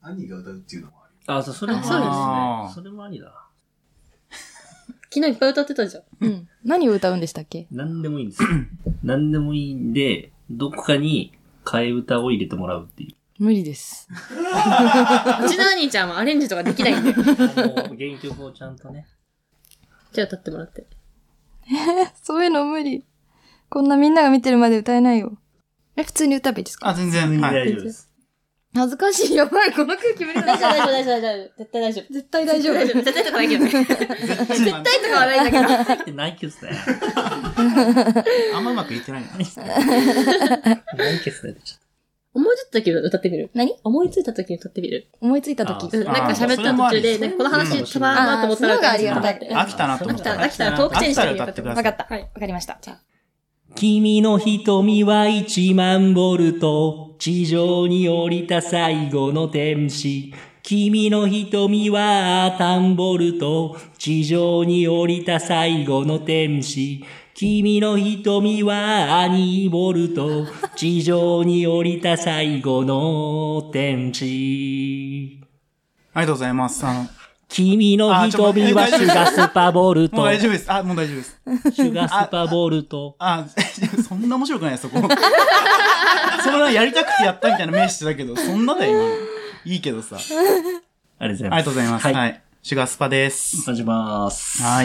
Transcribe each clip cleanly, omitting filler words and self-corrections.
兄が歌うっていうのもある。 あ、それもありですね。それもありだ。 昨日いっぱい歌ってたじゃん。 うん。何を歌うんでしたっけ？ 何でもいいんですよ。何でもいいんで、どこかに替え歌を入れてもらうっていう。 無理です。 うちの兄ちゃんはアレンジとかできないんで。 原曲をちゃんとね。 じゃあ歌ってもらって。 そういうの無理。こんなみんなが見てるまで歌えないよ。普通に歌えばいいですか？ あ、全然。 大丈夫です。 恥ずかしい。やばい。この空気無理だ。 大丈夫。絶対大丈夫。 絶対大丈夫。 絶対とかないけどね。絶対とかはないんだけど。 入ってないけどね。 あんまうまくいってないな。 ないけどね。 思いついた時に歌ってみる？ 何？ 思いついた時に歌ってみる？ 思いついた時。 なんか喋った途中で、この話たまらんなと思ったら。 そのがありがたい。 飽きたなと思ったら。 飽きたらトークチェンジしてみよう。 飽きたら歌ってください。 わかった。はい。わかりました。じゃあ。 君の瞳は1万ボルト、地上に降りた最後の天使。君の瞳は3ボルト、地上に降りた最後の天使。君の瞳は2ボルト、地上に降りた最後の天使。 ありがとうございます。 君の瞳はシュガスパボルト。 もう大丈夫です。もう大丈夫です。 シュガスパボルト。 そんな面白くないそこ。それはやりたくてやったみたいな名してたけど、そんなだよ、今。いいけどさ。 ありがとうございます。 ありがとうございます。はい。シュガスパです。 お願いします。 はい。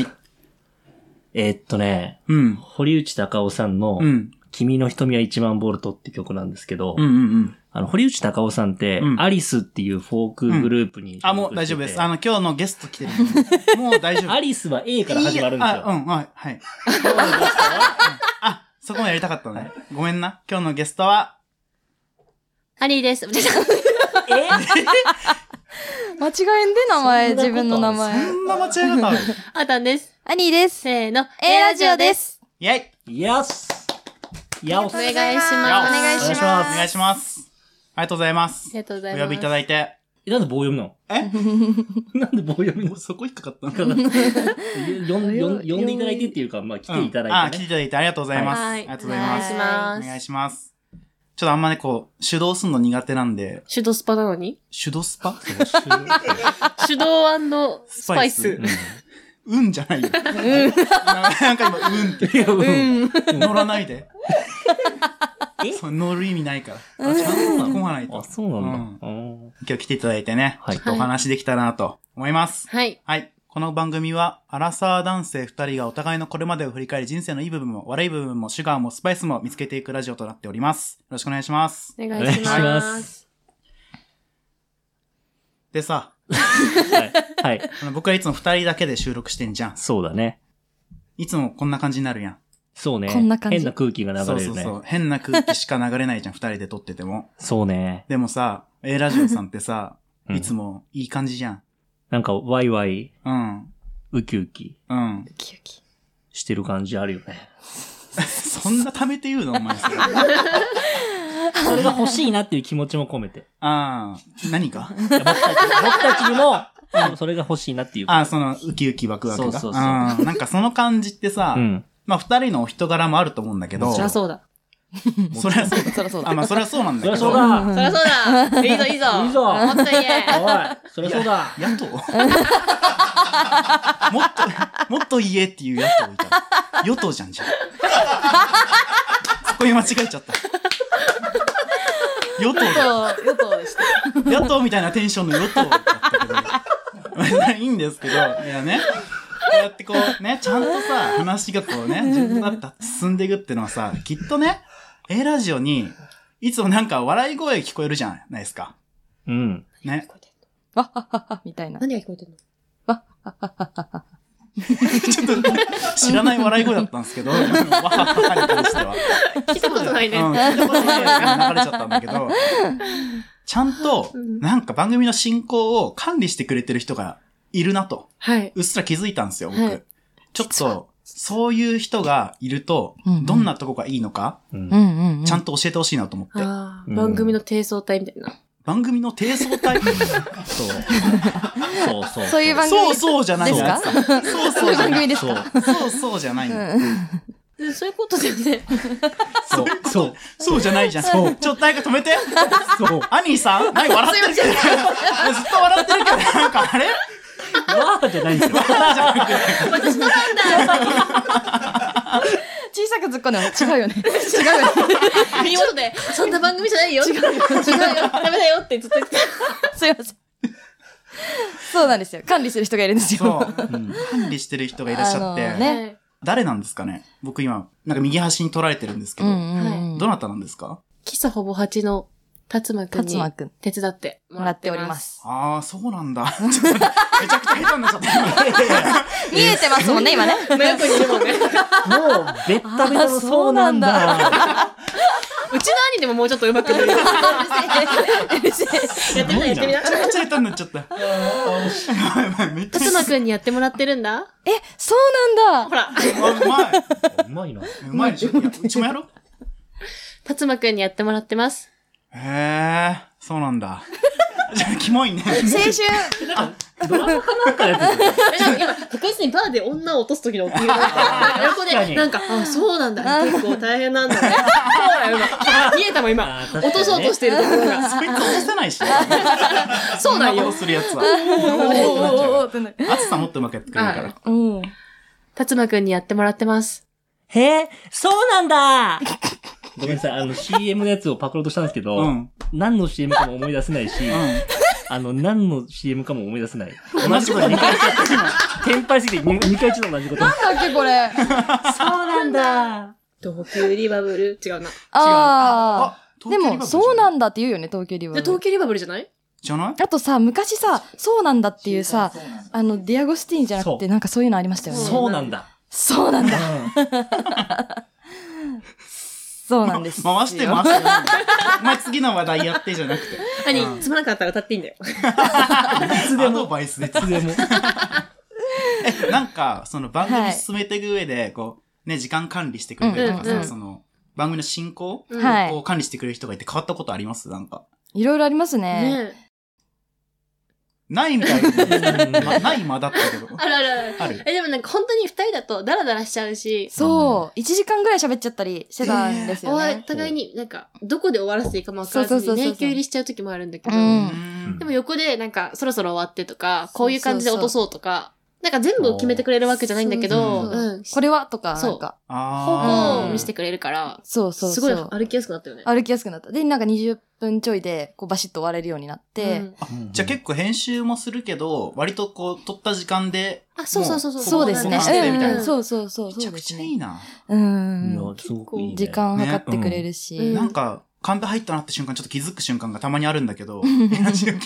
堀内孝雄さんの、君の瞳は1万ボルトって曲なんですけど、堀内孝雄さんって、アリスっていうフォークグループに、 もう大丈夫です。今日のゲスト来てる。もう大丈夫。 アリスは A から始まるんですよ。 はい。そこもやりたかったね。ごめんな。今日のゲストは、 ハリーです。 間違えんで名前、自分の名前。 そんな間違い方ある？ あたんです。 アニーです。 せーの、 A ラジオです。 イェイ！ よし！ お願いします。 お願いします。 お願いします。ありがとうございます。 ありがとうございます。 お呼びいただいて。 なんで棒読みなの？なんで棒読みなの？ そこ引っかかったの？ 呼んでいただいてっていうか、来ていただいて、 来ていただいてありがとうございます。ありがとうございます。 お願いします。ちょっとあんまね、手動すんの苦手なんで。 手動スパなのに？ 手動スパ？ 手動&スパイス。 じゃないよ。なんか今、って。乗らないで。乗る意味ないから。ちゃんと込まないと。 あ、そうなんだ。 今日来ていただいてね、ちょっとお話できたらなと思います。 はい。 はい。この番組は、アラサー男性2人がお互いのこれまでを振り返り人生のいい部分も悪い部分もシュガーもスパイスも見つけていくラジオとなっております。よろしくお願いします。 お願いします。 でさ、 はい。 僕はいつも2人だけで収録してんじゃん。 そうだね。 いつもこんな感じになるやん。 そうね。 こんな感じ。 変な空気が流れるね。 そう。変な空気しか流れないじゃん、2人で撮ってても。 そうね。 でもさ、A ラジオさんってさ、いつもいい感じじゃん。 なんか、ワイワイ。ウキウキ。 ウキウキ。 してる感じあるよね。 そんな貯めて言うのお前それ。 それが欲しいなっていう気持ちも込めて。 何が僕たちにも、それが欲しいなっていう。 その、ウキウキワクワクが。 そう。 なんかその感じってさ、まあ二人のお人柄もあると思うんだけど。 そりゃそうだ。 そりゃそうだ。まあそりゃそうなんだけど。 そりゃそうだ。 そりゃそうだ。いいぞ。 いいぞ。 もっと言え。 おい、そりゃそうだ。 野党もっと言えっていう野党いた。与党じゃん。そこに間違えちゃった。与党でした。 野党みたいなテンションの与党だったけど。いいんですけど、いやね。こうやってちゃんとさ、話が自分だった進んでいくってのはさ、きっとね、A ラジオに、いつもなんか笑い声聞こえるじゃないですか。ね。 わっはっはっは、みたいな。 何が聞こえてんの？ わっはっはっはっは。 ちょっと、知らない笑い声だったんですけど、わっはっはに関しては。 聞いたことないね。 聞いたことない流れちゃったんだけど、ちゃんと、なんか番組の進行を管理してくれてる人がいるなと。 はい。 うっすら気づいたんですよ、僕。ちょっと、そういう人がいると、どんなとこがいいのか、ちゃんと教えてほしいなと思って。 番組の低層体みたいな。 番組の低層体そう。そういう番組そうじゃないですか？ そうじゃない。 ですか？ そうじゃない。 そういうことだよね。 そうじゃないじゃん。ちょっと誰か止めて。 そう。 アニーさん何笑ってるけど。ずっと笑ってるけど、なんかあれわーじゃないんですよ。 私の番だ。 小さく突っ込んでも違うよね。違うよね。 見事で、そんな番組じゃないよ。違うよ。違うよ。ダメだよってずっと言ってた。 すいません。そうなんですよ。管理する人がいるんですよ。 そう。管理してる人がいらっしゃって。 ね。 誰なんですかね僕今、なんか右端に取られてるんですけど。どなたなんですか？ 喫茶ほぼ8の辰馬くんに手伝ってもらっております。 ああ、そうなんだ。ちょっとめちゃくちゃ下手になっちゃった。 見えてますもんね、今ね。 真横にいるもんね。 もう、ベッタベタのそうなんだ。 うちの兄でももうちょっと上手くなる。やってみな、やってみな。 めちゃくちゃ下手になっちゃった。 辰馬くんにやってもらってるんだ。 そうなんだ。 ほら。 うまい。 うまいな。 うまいでしょ。うちもやろう。 辰馬くんにやってもらってます。 へえ、そうなんだ。じゃあ、キモいね。 青春。 ドラマかなんかのやつですよ。 今、高橋にバーで女を落とす時の横で、なんか、あ、そうなんだ。結構大変なんだね。そうだよ、今。見えたもん、今。落とそうとしてるところが。 そいつ落とせないし。 そうだよ。 そんなことするやつは。あつさんもっとうまくやってくれるから。 辰馬くんにやってもらってます。 へえ、そうなんだ。ごめんなさい、CM のやつをパクろうとしたんですけど、何の CM かも思い出せないし、何の CM かも思い出せない。同じこと2回言っちゃった。テンパりすぎて2回一度同じこと。 なんだっけ、これ。 そうなんだ。 東急リバブル違うな。 ああ。でも、そうなんだって言うよね、東急リバブル。 東急リバブルじゃない？ じゃない？ あとさ、昔さ、そうなんだっていうさ、ディアゴスティーニじゃなくて、なんかそういうのありましたよね。 そうなんだ。 そうなんだ。そうなんです。 回して。お前次の話題やってじゃなくて。 何？つまらなかったら歌っていいんだよ。 いつでも。アドバイスでいつでも。なんか、その番組進めていく上で、こう、ね、時間管理してくれるとかさ、その、番組の進行を管理してくれる人がいて変わったことあります？なんか。 いろいろありますね。 ないみたいな。ない間だったけど。 ある。でもなんか本当に二人だとダラダラしちゃうし。 そう。1時間ぐらい喋っちゃったりしてたんですよね。 お互いになんか、どこで終わらせていいかも分からずに迷宮入りしちゃう時もあるんだけど。でも横でなんか、そろそろ終わってとか、こういう感じで落とそうとか、なんか全部決めてくれるわけじゃないんだけど、 これはとか、なんか。 方向を見せてくれるから、 すごい歩きやすくなったよね。 歩きやすくなった。で、なんか20分ちょいで、こうバシッと終われるようになって。 じゃあ結構編集もするけど、割とこう、撮った時間で。 そうですね。そう。 めちゃくちゃいいな。 すごくいい。 時間計ってくれるし。 なんか、カンペ入ったなって瞬間、ちょっと気づく瞬間がたまにあるんだけど。 そう。なんですよね。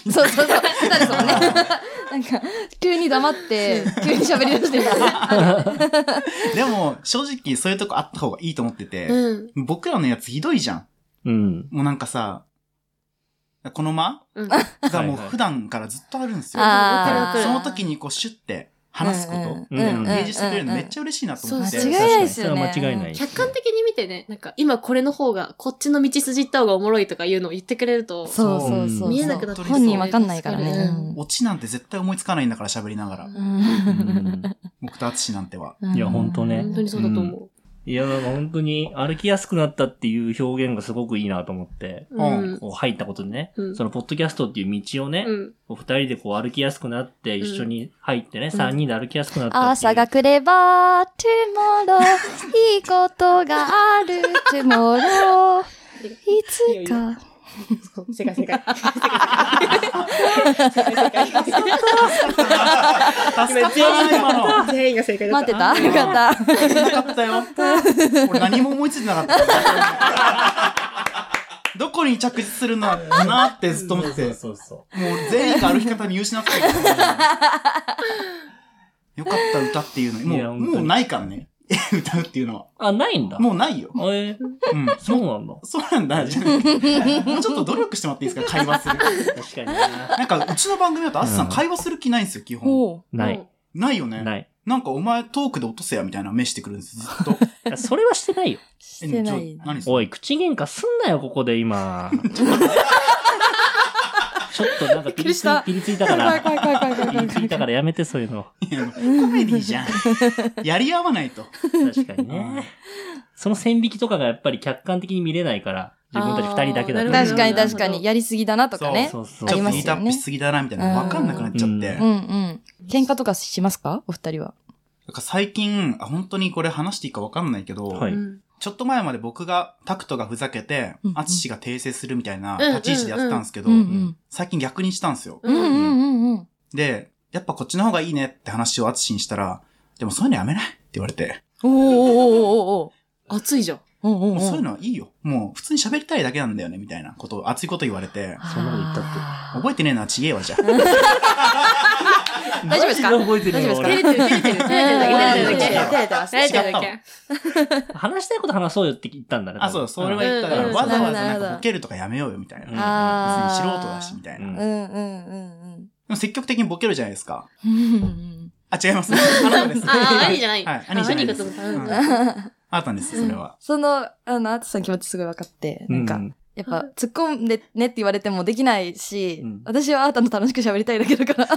なんか、急に黙って、急に喋り出してる。 でも、正直そういうとこあった方がいいと思ってて、僕らのやつひどいじゃん。もうなんかさ、この間がもう普段からずっとあるんですよ。その時にこうシュッて話すこと、提示してくれるのめっちゃ嬉しいなと思って。 間違いないですよね。 間違いない。 客観的に見てね、なんか今これの方が、こっちの道筋行った方がおもろいとかいうのを言ってくれると、 そう見えなくなって本人わかんないからね。 オチなんて絶対思いつかないんだから喋りながら。僕とアツシなんては。 いや、ほんとね。 本当にそうだと思う。 いや、なんか本当に歩きやすくなったっていう表現がすごくいいなと思って、こう入ったことでね、そのポッドキャストっていう道をね、二人でこう歩きやすくなって一緒に入ってね、三人で歩きやすくなった朝が来れば、tomorrow、いいことがある、tomorrow、いつか。 正解。助かった今の。 全員が正解だった。 待ってた？よかった。 よかったよ。俺何も思いついてなかった。どこに着地するのかなってずっと思って。もう全員が歩き方見失ってたけど。よかった歌っていうの。もうないからね。歌うっていうのは。 あ、ないんだ。 もうないよ。 そうなんだ。 そうなんだ。もうちょっと努力してもらっていいですか？会話する。 確かにな。 なんか、うちの番組だと、あすさん会話する気ないんですよ、基本。 ない。 ないよね。 ない。 なんか、お前トークで落とせや、みたいな目してくるんです、ずっと。 それはしてないよ。 してない。 おい、口喧嘩すんなよ、ここで今。 ちょっとなんかピリついたから、 怖い。 ピリついたからやめてそういうの。 いやコメディじゃん。やり合わないと。 確かにね。その線引きとかがやっぱり客観的に見れないから、自分たち二人だけだと。 確かに。やりすぎだなとかね。 そう。 ちょっとヒートアップしすぎだなみたいなの分かんなくなっちゃって。 喧嘩とかしますかお二人は。 なんか最近、本当にこれ話していいか分かんないけど、ちょっと前まで僕が、タクトがふざけて、アツシが訂正するみたいな立ち位置でやってたんですけど、最近逆にしたんですよ。で、やっぱこっちの方がいいねって話をアツシにしたら、でもそういうのやめないって言われて。 熱いじゃん。 もうそういうのはいいよ。もう普通に喋りたいだけなんだよね、みたいなことを、熱いこと言われて。 そんなこと言ったって。 覚えてねえのはちげえわ、じゃあ。 大丈夫ですか？ 覚えてねえわ、俺。 照れてるだけ。 話したいこと話そうよって言ったんだね。 そう、それは言ったから、わざわざなんかボケるとかやめようよ、みたいな。別に素人だし、みたいな。でも積極的にボケるじゃないですか。違います。あなたです。 兄じゃない。 はい、兄じゃないです。あったんです、それは。 あつさん気持ちすごい分かって、なんか、やっぱ、突っ込んでねって言われてもできないし、私はあなたの楽しく喋りたいだけだから。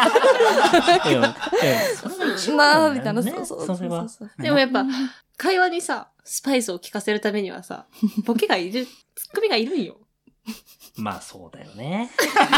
みたいな。 でもやっぱ、会話にさ、スパイスを効かせるためにはさ、ボケがいる、ツッコミがいるんよ。 まあそうだよね。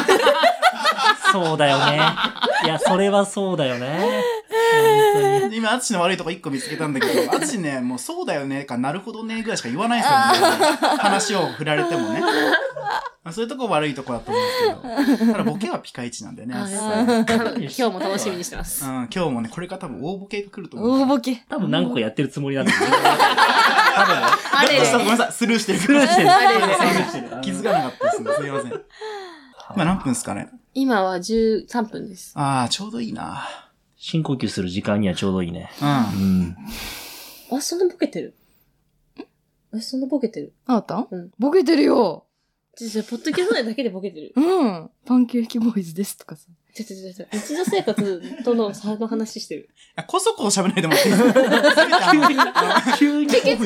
そうだよね。いや、それはそうだよね。 今、アツシの悪いとこ一個見つけたんだけど、アツシね、もうそうだよねか、なるほどねぐらいしか言わないですよね。話を振られてもね。そういうとこ悪いとこだと思うんですけど。ただボケはピカイチなんだよね、 今日も楽しみにしてます。 今日もね、これから多分大ボケが来ると思う。 大ボケ。 多分何個やってるつもりなんだけど。 あれごめんなさい、スルーしてる。気づかなかったですね。すいません。今何分ですかね？ 今は13分です。 ちょうどいいな。 深呼吸する時間にはちょうどいいね。 そんなボケてる？そんなボケてる？ あなた？ボケてるよ。 ポッドキャストだけでボケてる。 パンケーキボーイズですとかさ。 日常生活との差の話してる。 こそこそ喋らないでもらっていい急に。 どういう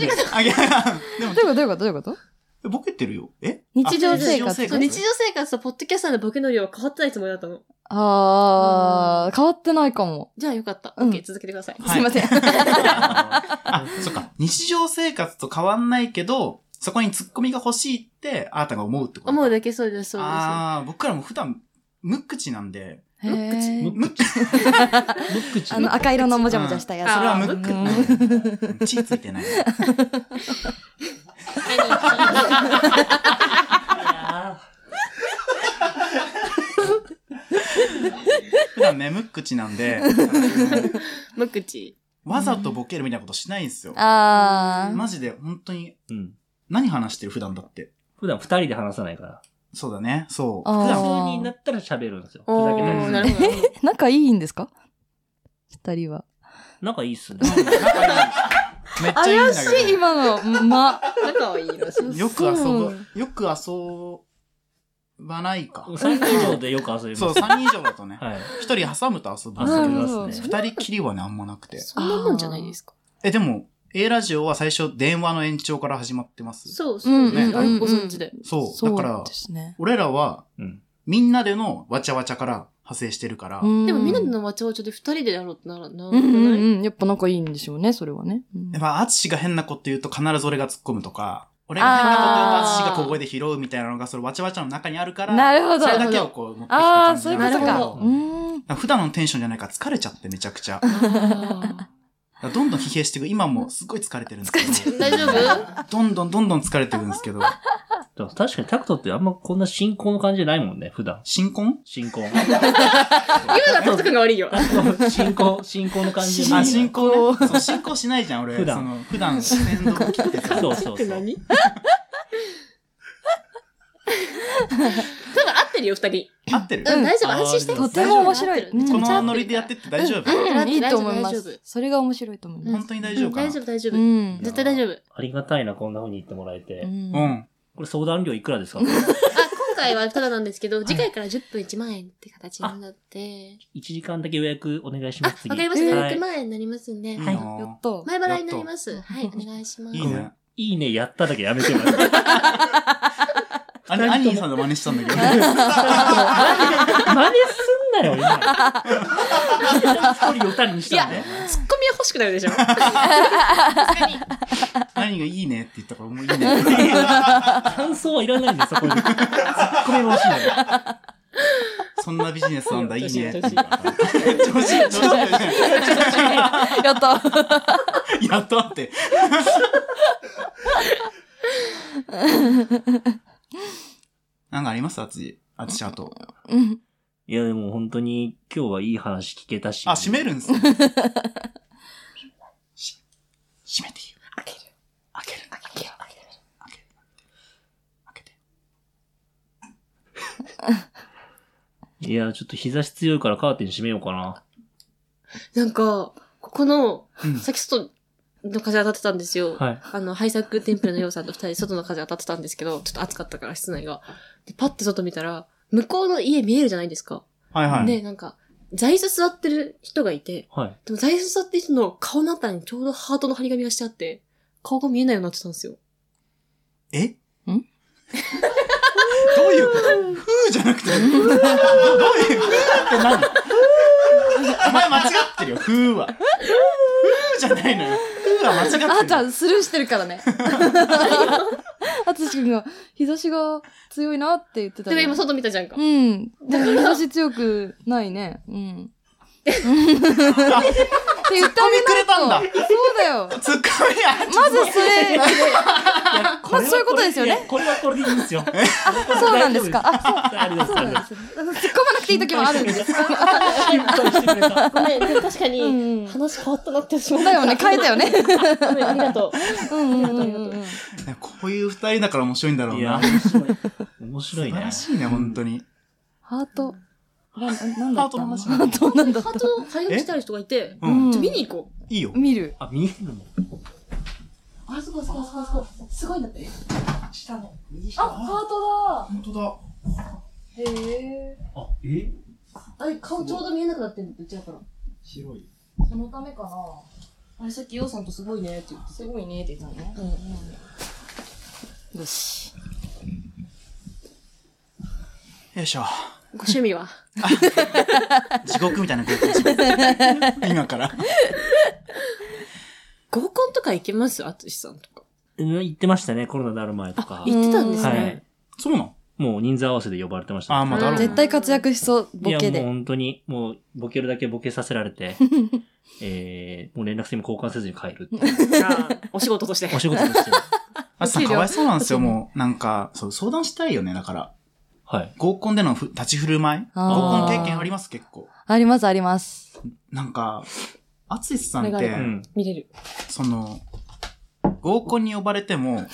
ことボケてるよ。 日常生活とポッドキャストのボケの量は変わってないつもりだったの。 変わってないかも。 じゃあよかった。OK、続けてください。 すいません。 そっか。日常生活と変わんないけど、そこにツッコミが欲しいって、あなたが思うってこと？ 思うだけそうです、そうです。 僕らも普段、無口なんで。 無口赤色のもじゃもじゃしたやつ。 それは無口。血ついてない。普段ね、無口なんで。 無口。 わざとボケるみたいなことしないんですよ。マジで、本当に。何話してる普段だって。 普段二人で話さないから。 そうだね、そう。 普段普通になったら喋るんですよ。ふざけたりする。 仲いいんですか？二人は。 仲いいっすね。 めっちゃいいんだけど。怪しい、今の。 仲はいいらしい。 よく遊ばないか。 3人以上でよく遊びます。 そう、3人以上だとね。1人挟むと遊ぶ。 遊びますね。 2人きりはね、あんまなくて。 そんなもんじゃないですか。 でも、A ラジオは最初電話の延長から始まってます。 そうそうね。ご存知で。 そう。だから、俺らは、みんなでのわちゃわちゃから派生してるから。でもみんなでのわちゃわちゃで2人でやろうってならな。 やっぱ仲いいんでしょうね、それはね。 やっぱ、アツシが変なこと言うと必ず俺が突っ込むとか、俺が変なこと言うとアツシが小声で拾うみたいなのが、それわちゃわちゃの中にあるから、 なるほど。 それだけをこう持ってきた感じ。 そういうことか。普段のテンションじゃないから疲れちゃってめちゃくちゃ。どんどん疲弊していく。今もすごい疲れてるんですけど。 大丈夫？ どんどん疲れてるんですけど。 確かにタクトってあんまこんな進行の感じじゃないもんね、普段。 新婚今がタクトが悪いよ。 進行の感じ。 進行ね。そう、進行しないじゃん、俺。普段先導切ってさ。 そう。 何？多分合ってるよ、二人。 合ってる？ 大丈夫、安心して。 とても面白い。 このノリでやってって大丈夫？ いいと思います。それが面白いと思います。 本当に大丈夫かな？ 大丈夫。絶対大丈夫。 ありがたいな、こんな風に言ってもらえて。これ相談料いくらですか？ 今回はただなんですけど、次回から10分1万円って形になって。 1時間だけ予約お願いします。 わかりました。6万円になりますんで。 はい。 やっと。 前払いになります。はい、お願いします。 いいね。 いいね、やっただけやめてもらアニーさんの真似したんだけど。 真似すんなよ、今。一人を二人にしたんで。 ツッコミは欲しくなるでしょ。 何がいいねって言ったから、もういいね。 感想はいらないんだよ、そこに。ツッコミが欲しいのよ。 そんなビジネスなんだ、いいねって言う調子から。調子やった。 やったって。なんかありますあつしあと。 いや、でも本当に今日はいい話聞けたし。 あ、閉めるんすね。閉めていいよ。開ける。 いや、ちょっと日差し強いからカーテン閉めようかな。 なんか、ここのうん、 さっき外の風当たってたんですよ。 はい。 ハイサックテンプルのようさんと二人で外の風当たってたんですけど、ちょっと暑かったから室内が。で、パッて外見たら、向こうの家見えるじゃないですか。 はいはい。 で、なんか、座椅子座ってる人がいて、 はい。 でも座椅子座ってる人の顔のあたりにちょうどハートの張り紙がしてあって、顔が見えないようになってたんですよ。 えんどういうことふーじゃなくて、どういう、ふーって何お前間違ってるよ、ふーは。ふーじゃないのよ。ふーは間違ってる。 あーちゃんスルーしてるからね。あつしくんが、日差しが強いなって言ってたね。 でも今外見たじゃんか。 うん。でも日差し強くないね。うん。って言ってあげないと。 ツッコミくれたんだそうだよ。 ツッコミや。 まずそれ、まあそういうことですよね。 これはこれでいいんですよ。 そうなんですか。あ、 ありがとうございます。 突っ込まなくていい時もあるんですか。 心配してくれた。 ごめん、でも確かうんうに、 ん話変わったなってしまった。 だよね、変えたよね。 ごめん、ありがとう。 うんうんうんうん。 こういう二人だから面白いんだろういや、 な。 面白い。面白いね素晴ら。しいね、本当に。 ハート。なんだったハートの話ハートなんだっハートの張り紙してある人がいて、 うん。 ちょ、見に行こう。 いいよた。。見る。 あ、見えるのあ、すごいすごいすごいすごい。すごいんだって。 下の。 あ、ハート本当だ。 だ。へえ。 あ、えあれ、顔ちょうど見えなくなってんだって、うちだから。 白い。 そのためかな。 あれ、さっきヨウさんとすごいねって言ってすごいねって言ったのね。 うん。 よし。 よいしょ。 ご趣味は地獄みたいな空気します。今から。 合コンとか行けますあつしさんとか。 言ってましたね、コロナになる前とか。 行ってたんですはね。 い。 そうなのもう人数合わせで呼ばれてましたね。 あー、まあだろうね。 絶対活躍しそう、ボケいや、もうで。 本当に、もう、ボケるだけボケさせられて、もう連絡先も交換せずに帰るっていう。 じゃあ、お仕事として。 お仕事として。 あつさんかわいそうなんですよ、もう。なんか、そう、相談したいよね、だから。 はい。 合コンでの立ち振る舞い合あーコン経験あります、結構。 ありますあります。 なんか、あつしさんってこれが、 うん。 見れる。 その、合コンに呼ばれても、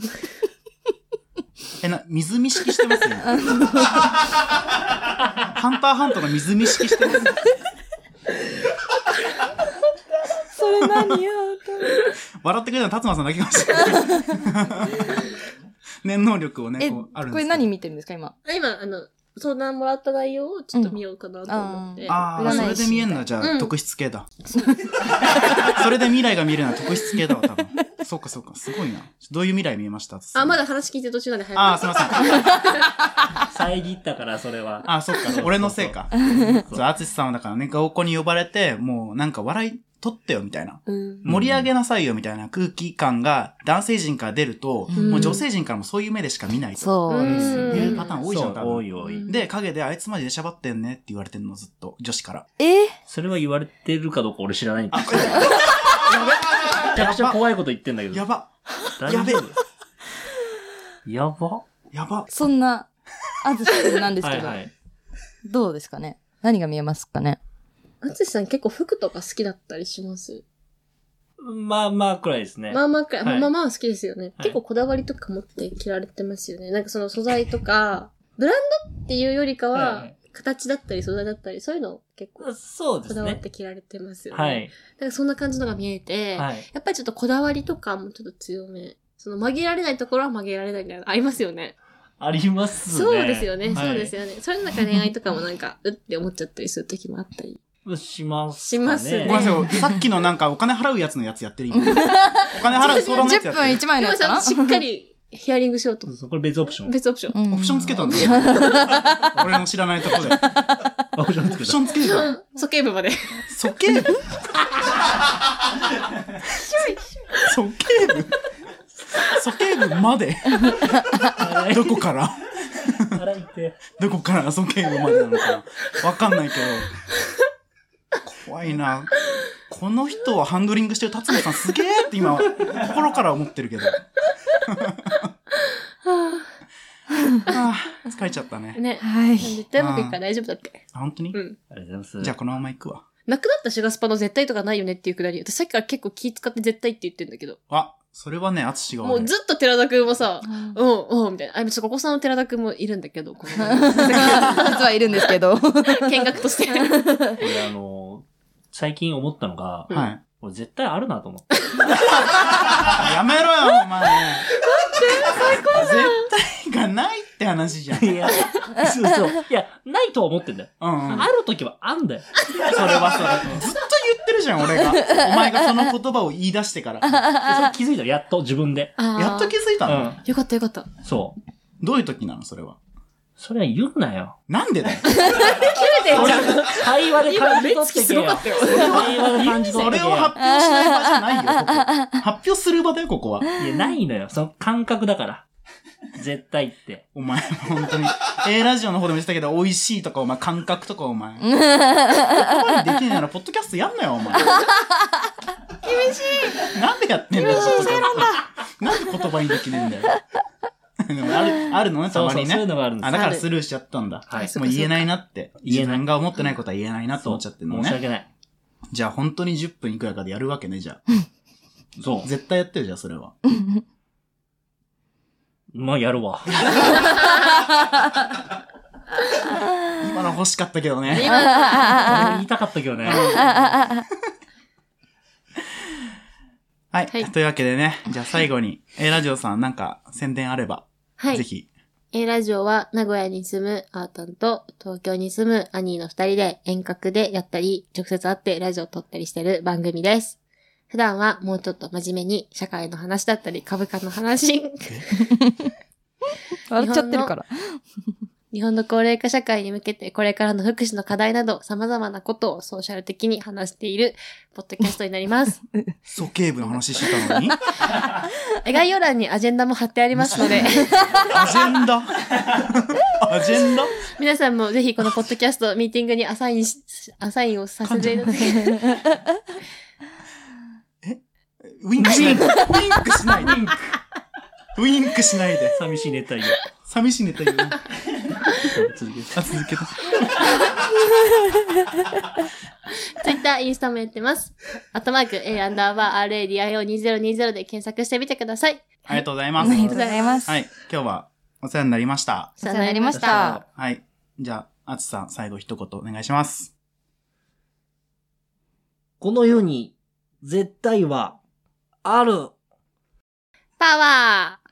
水見式してますね。ハンターハントの水見式してます。 それ何よ。 笑ってくれたの達馬さんだけかもしれない。念能力をね、 え、 こう、あるんですけどこれ何見てるんですか今。 今、相談もらった内容をちょっと見ようかなと思って。 ああ、 占い師それで見えんのはじゃあ、 うん特質系だ。それで未来が見えるのは特質系だわ、多分。そうかそうか、すごいな。どういう未来見えましたあ、まだ話聞いてる途中なんで早く。 ああ、すいません。 遮ったから、それは。 ああ、そっか、俺のせいか。そう、あつしさんはだからね、合コンに呼ばれて、もうなんか笑い取ってよ、みたいな。 うん。 盛り上げなさいよ、みたいな空気感が男性陣から出ると、 うんもう女性陣からもそういう目でしか見ないと。 そうですうんいうね。 パターン多いじゃん、多そう、多分。 い多い。 で、陰であいつまで出しゃばってんねって言われてんの、ずっと。女子から。 それは言われてるかどうか俺知らないんであ、 すけど。めちゃくちゃ怖いこと言ってんだけど。 やば。 大丈夫やべやばやば。 そんな、あずしくんなんですけど、 はいはい。 どうですかね何が見えますかねあつしさん結構服とか好きだったりしますまあまあくらいですね。 まあまあくらい、 はいまあまあ好きですよね。 はい結構こだわりとか持って着られてますよね。なんかその素材とか、ブランドっていうよりかは、 はい形だったり素材だったり、そういうのを結構そうですこだわっね。 て着られてますよね。 はい。 だからそんな感じのが見えて、 はい。 やっぱりちょっとこだわりとかもちょっと強め。その曲げられないところは曲げられないみたいなのありますよね。 ありますね。 そうですよね、 はいそうですよね。それの中恋愛とかもなんか、うって思っちゃったりする時もあったり。 します。 しますねごめんなさい、さっきのなんかお金払うやつのやつやってる今。お金払う相談のやつや 10分ってる。 1枚のやつかなでもちゃんとしっかりヒアリングしようと。 そうこれ別オプション。 別オプション。 オプションつけたんだよ。俺の知らないとこで。 オプションつオプけた。 ションつけてた。 鼠径部まで。 鼠径部鼠径部鼠径部までどこから洗いて。 どこから鼠径部までなのかなわかんないけど。怖いな。この人はハンドリングしてる辰巳さんすげーって今、心から思ってるけど。疲れちゃったね。 ね。 はい。 絶対うまくいくから大丈夫だって。 本当に、 うん。 ありがとうございます。 じゃあこのまま行くわ。 なくなったシュガスパの絶対とかないよねっていうくだり。私さっきから結構気使って絶対って言ってんだけど。 それはね、淳が悪い。 もうずっと寺田くんもさ、うん、みたいな。ここさんの寺田くんもいるんだけど、この実はいるんですけど。 見学として。 これ最近思ったのが、 はい。 これ絶対あるなと思って。 やめろよ、お前。絶対がないって話じゃん。 いや、そう。いや、ないとは思ってんだよ。 うんうん。 ある時はあんだよ。 それはずっと言ってるじゃん、俺が。お前がその言葉を言い出してから。 でそれ気づいたらやっと自分で。 やっと気づいたの、 うん。 よかったよかった。 そう。 どういう時なの、それは。 それは言うなよ。 なんでだよ。 切れてんじゃん。 会話で感じ取ってけよ。会話で感じ取それをってけよ。 発表しない場じゃないよ、ここ。発表する場だよ、ここは。 いや、ないのよ。その感覚だから。絶対って。 お前、本当に。ラジオの方でも言ってたけど、美味しいとか、お前、感覚とか、お前。言葉にできないなら、ポッドキャストやんなよ、お前。厳しい。なんでやってんだよ、ポッドキャストなんで言葉にできねえんだよ。でもあるのね、たまにね。 そういうのがあるんですだからスルーしちゃったんだ。 はいもう言えないなって。 言えない自分が思ってないことは言えないなって思っちゃってるのね。 申し訳ない。 じゃあ本当に10分いくらかでやるわけね、じゃあ。 そう。 絶対やってるじゃん、それは。 まあ、やるわ。 今の欲しかったけどね。 俺も言いたかったけどね。 はい。 はいというわけでね、じゃあ最後に、ラジオさんなんか宣伝あれば、 はいぜ。ひ。 ラジオは名古屋に住むアータンと東京に住むアニーの2人で遠隔でやったり、直接会ってラジオを撮ったりしてる番組です。普段はもうちょっと真面目に社会の話だったり株価の話、 笑っちゃってるから。 日本の高齢化社会に向けてこれからの福祉の課題など様々なことをソーシャル的に話しているポッドキャストになります。 鼠径部の話してたのに概要欄にアジェンダも貼ってありますので、 アジェンダアジェンダ皆さんもぜひこのポッドキャストミーティングにアサインをさせていただきウィンクしないで。ウィンクしないで。ウィンクしないで。 寂しい熱帯魚。 寂しいネタ言う。 続けて。 続けた。 Twitter、インスタもやってます。@A_RADIO2020 で検索してみてください。 ありがとうございます。 ありがとうございます。 はい。今日はお世話になりました。 お世話になりまし。た。 はい。じゃあ、あつさん、最後一言お願いします。 この世に絶対はある。 パワー